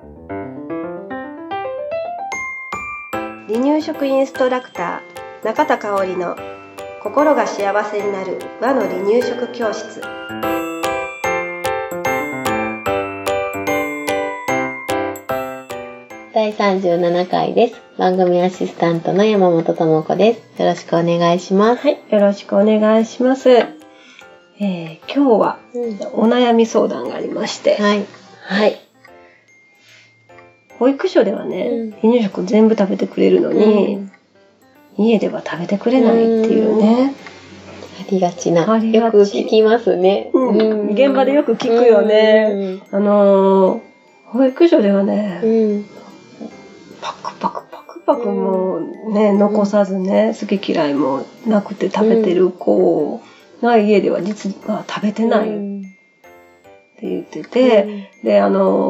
離乳食インストラクター中田香織の心が幸せになる和の離乳食教室。 第37回です。番組アシスタントの山本智子です。よろしくお願いします。 はい、よろしくお願いします。今日はお悩み相談がありまして、はい。保育所ではね、離乳食全部食べてくれるのに、家では食べてくれないっていうね。 ありがちな。よく聞きますね。 現場でよく聞くよね。保育所ではね、パクもね、残さずね、好き嫌いもなくて食べてる子が家では実は食べてないって言ってて、で、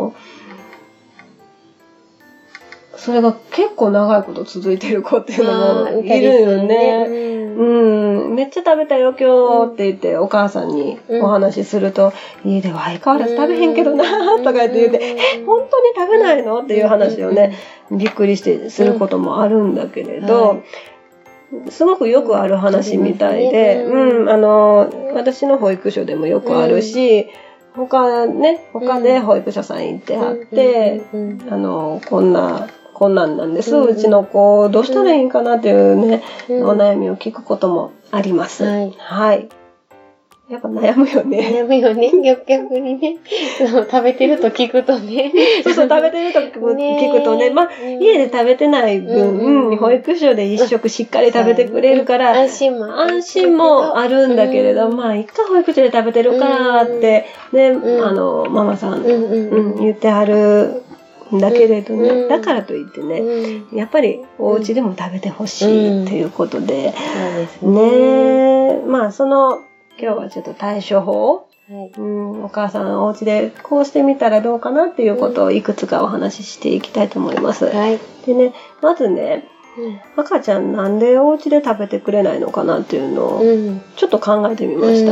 それが結構長いこと続いてる子っていうのもいるよね。めっちゃ食べたよ今日って言ってお母さんにお話しすると、家では相変わらず食べへんけどなとか言って、本当に食べないのっていう話をね、びっくりしてすることもあるんだけれど、すごくよくある話みたいで、私の保育所でもよくあるし、他で保育所さん行ってあって、こんなんなんです。うちの子どうしたらいいんかなっていうね、お悩みを聞くこともあります。はい。やっぱ悩むよね。 悩むよね。逆にね。食べてると聞くとね。 そう、食べてると聞くとね。まあ、家で食べてない分、保育所で一食しっかり食べてくれるから、安心もあるんだけれど、まあ、一回保育所で食べてるからって、ね、ママさん、言ってはる。だけれどね、だからといってね、やっぱりお家でも食べてほしいっていうことで、まあ今日はちょっと対処法、お母さんお家でこうしてみたらどうかなっていうことをいくつかお話ししていきたいと思います。でね、まずね、赤ちゃんなんでお家で食べてくれないのかなっていうのをちょっと考えてみました。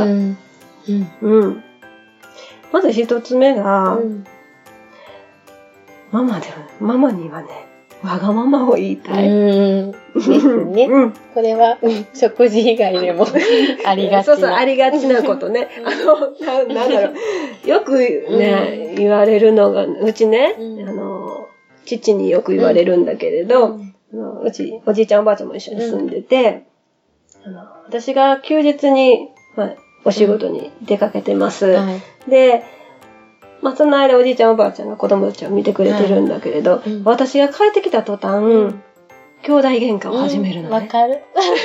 まず一つ目が、ママにはね、わがままを言いたい。 ですね。これは、食事以外でもありがちな。 そう、ありがちなことね。なんだろう。よくね、言われるのが、うちね、父によく言われるんだけれど、うち、おじいちゃんおばあちゃんも一緒に住んでて、私が休日に、お仕事に出かけてます。で、その間おじいちゃんおばあちゃんが子供たちを見てくれてるんだけれど、私が帰ってきた途端、兄弟喧嘩を始めるのね。 わかる。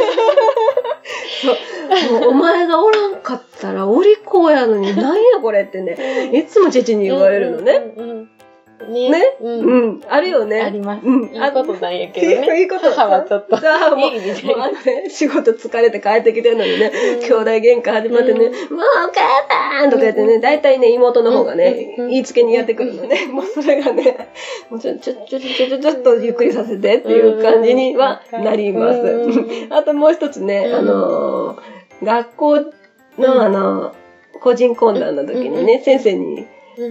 そう。もうお前がおらんかったらお利口やのになんやこれってね、いつも父に言われるのね。ね。あるよね。 あります。いいことなんやけどね。 いいこと。 母はちょっと。 仕事疲れて帰ってきてるのにね、兄弟喧嘩始まってね、もうお母さんとか言ってね、だいたいね、妹の方がね、言いつけにやってくるのね。もうそれがね、もうちょっとゆっくりさせてっていう感じにはなります。あともう一つね、学校の、個人懇談の時にね、先生に、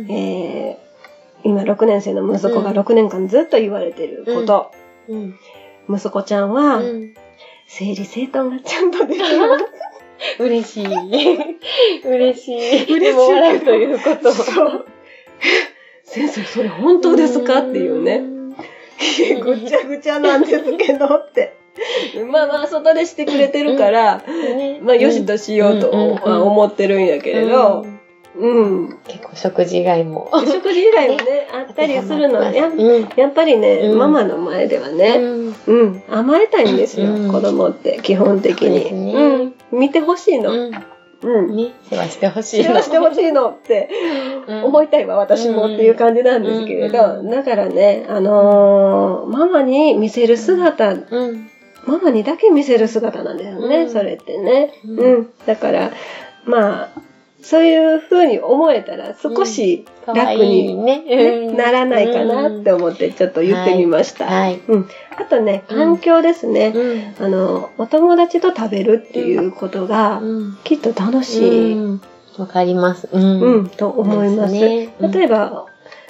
今6年生の息子が6年間ずっと言われてること。息子ちゃんは、整理整頓がちゃんとできます。 嬉しい。嬉しい。でも笑うということ。 そう。先生、それ本当ですかっていうね。ぐちゃぐちゃなんですけどって。外でしてくれてるから、よしとしようと思ってるんやけれど、 結構食事以外も。 食事以外もね、あったりするのは、やっぱりね、ママの前ではね、甘えたいんですよ、子供って基本的に。見てほしいの。 世話してほしいの。 世話してほしいのって思いたいわ、私もっていう感じなんですけれど、だからね、ママに見せる姿、ママにだけ見せる姿なんだよね、それってね。だから、そういう風に思えたら少し楽にならないかなって思ってちょっと言ってみました。あとね、環境ですね。お友達と食べるっていうことがきっと楽しい。 わかります。 と思います。例えば、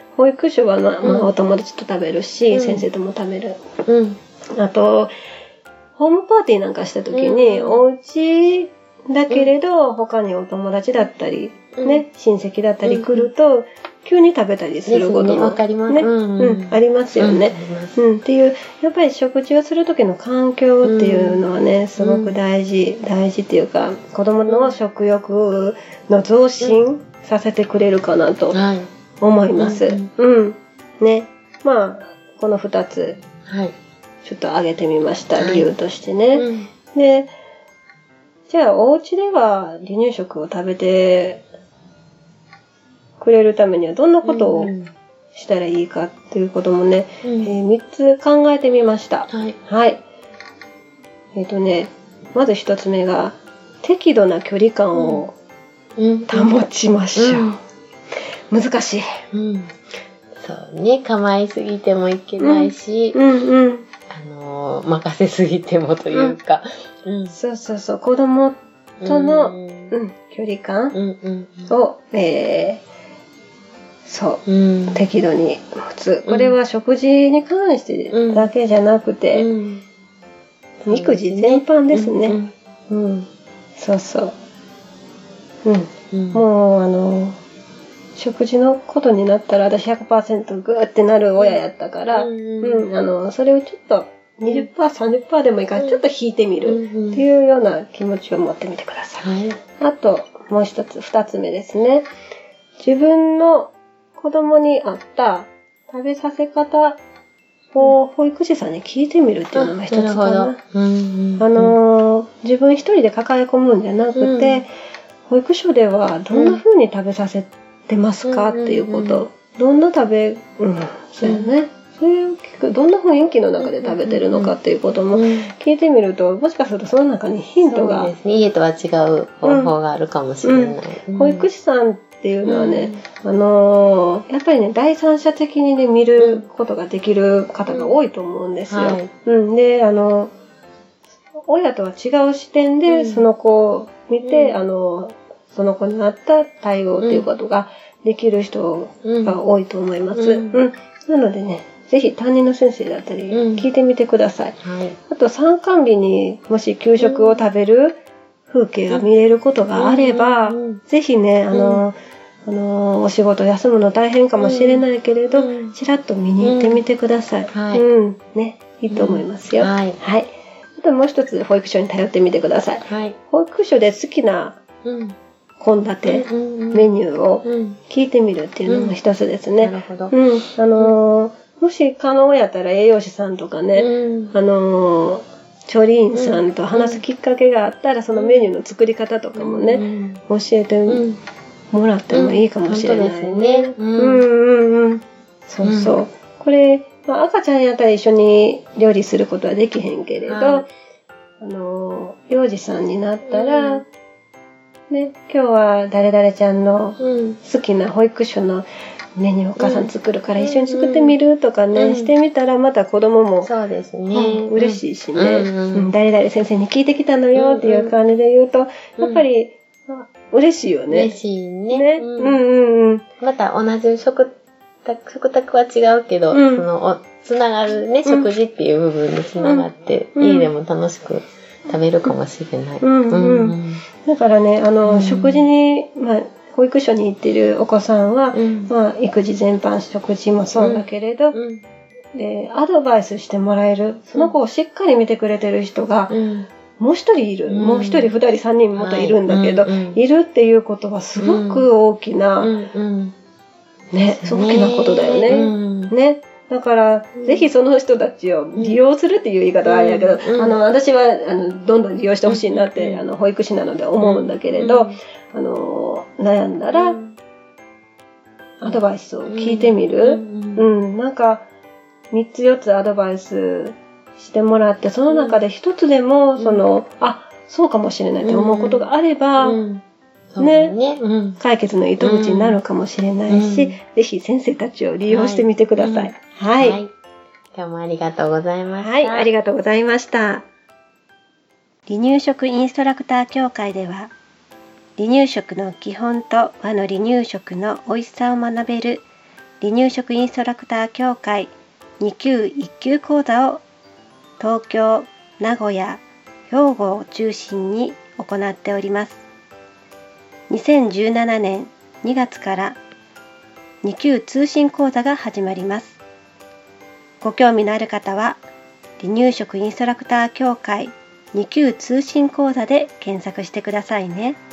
保育所は、まあ、お友達と食べるし、先生とも食べる。あと、ホームパーティーなんかした時に、お家だけれど、他にお友達だったり、ね、親戚だったり来ると、急に食べたりすることも、 わかります。 ね、ありますよね。っていう、やっぱり食事をする時の環境っていうのはね、すごく大事っていうか、子供の食欲の増進させてくれるかなと思います。ね。まあ、この2つ、ちょっと挙げてみました、理由としてね。で、じゃあ、お家では離乳食を食べてくれるためにはどんなことをしたらいいかっていうこともね、3つ考えてみました。はい。まず1つ目が、適度な距離感を保ちましょう。難しい。 そうね、構いすぎてもいけないし、任せすぎてもというか。 そうそうそう、子供との、距離感を、適度に持つ。これは食事に関してだけじゃなくて、育児全般ですね。そうそう。もう食事のことになったら私 100% グーってなる親やったから、それをちょっと20%、30% でもいいからちょっと引いてみるっていうような気持ちを持ってみてください。あと、もう一つ、2つ目ですね。自分の子供に合った食べさせ方を保育士さんに聞いてみるっていうのが一つかな。自分一人で抱え込むんじゃなくて、保育所ではどんな風に食べさせてますかっていうこと。どんなそうやね。それを聞く、どんな雰囲気の中で食べてるのかっていうことも聞いてみると、もしかするとその中にヒントが。 そうですね。家とは違う方法があるかもしれない。 保育士さんっていうのはね、やっぱりね、第三者的にね、見ることができる方が多いと思うんですよ。で、親とは違う視点でその子を見て、その子に合った対応っていうことができる人が多いと思います。なのでね、ぜひ担任の先生だったり聞いてみてください。あと参観日にもし給食を食べる風景が見れることがあれば、ぜひね、お仕事休むの大変かもしれないけれど、ちらっと見に行ってみてください。ね、いいと思いますよ。あともう一つ、保育所に頼ってみてください。保育所で好きな献立、メニューを聞いてみるっていうのも一つですね。もし可能やったら栄養士さんとかね、調理員さんと話すきっかけがあったら、そのメニューの作り方とかもね、教えてもらってもいいかもしれないね。そうそう。これ、赤ちゃんやったら一緒に料理することはできへんけれど、幼児さんになったら、ね、今日は誰々ちゃんの好きな保育所のメニューお母さん作るから一緒に作ってみるとかね、してみたらまた子供も嬉しいしね、誰々先生に聞いてきたのよっていう感じで言うと、やっぱり嬉しいよね。 嬉しいね。また同じ食卓は違うけど、つながるね、食事っていう部分につながって、家でも楽しく食べるかもしれない。だからね、食事に、保育所に行ってるお子さんは、育児全般、食事もそうだけれど、で、アドバイスしてもらえる、その子をしっかり見てくれてる人が、もう一人いる、もう一人、二人、三人もっといるんだけど、いるっていうことはすごく大きな、ね、大きなことだよね。ね。だから、ぜひその人たちを利用するっていう言い方はあれだけど、私は、どんどん利用してほしいなって、保育士なので思うんだけれど、悩んだら、アドバイスを聞いてみる。なんか、3つ4つアドバイスしてもらって、その中で1つでも、そうかもしれないって思うことがあれば、解決の糸口になるかもしれないし、ぜひ先生たちを利用してみてください。はい。 今日もありがとうございました。 はい、ありがとうございました。離乳食インストラクター協会では、離乳食の基本と和の離乳食の美味しさを学べる離乳食インストラクター協会2級1級講座を東京、名古屋、兵庫を中心に行っております。2017年2月から2級通信講座が始まります。ご興味のある方は離乳食インストラクター協会2級通信講座で検索してくださいね。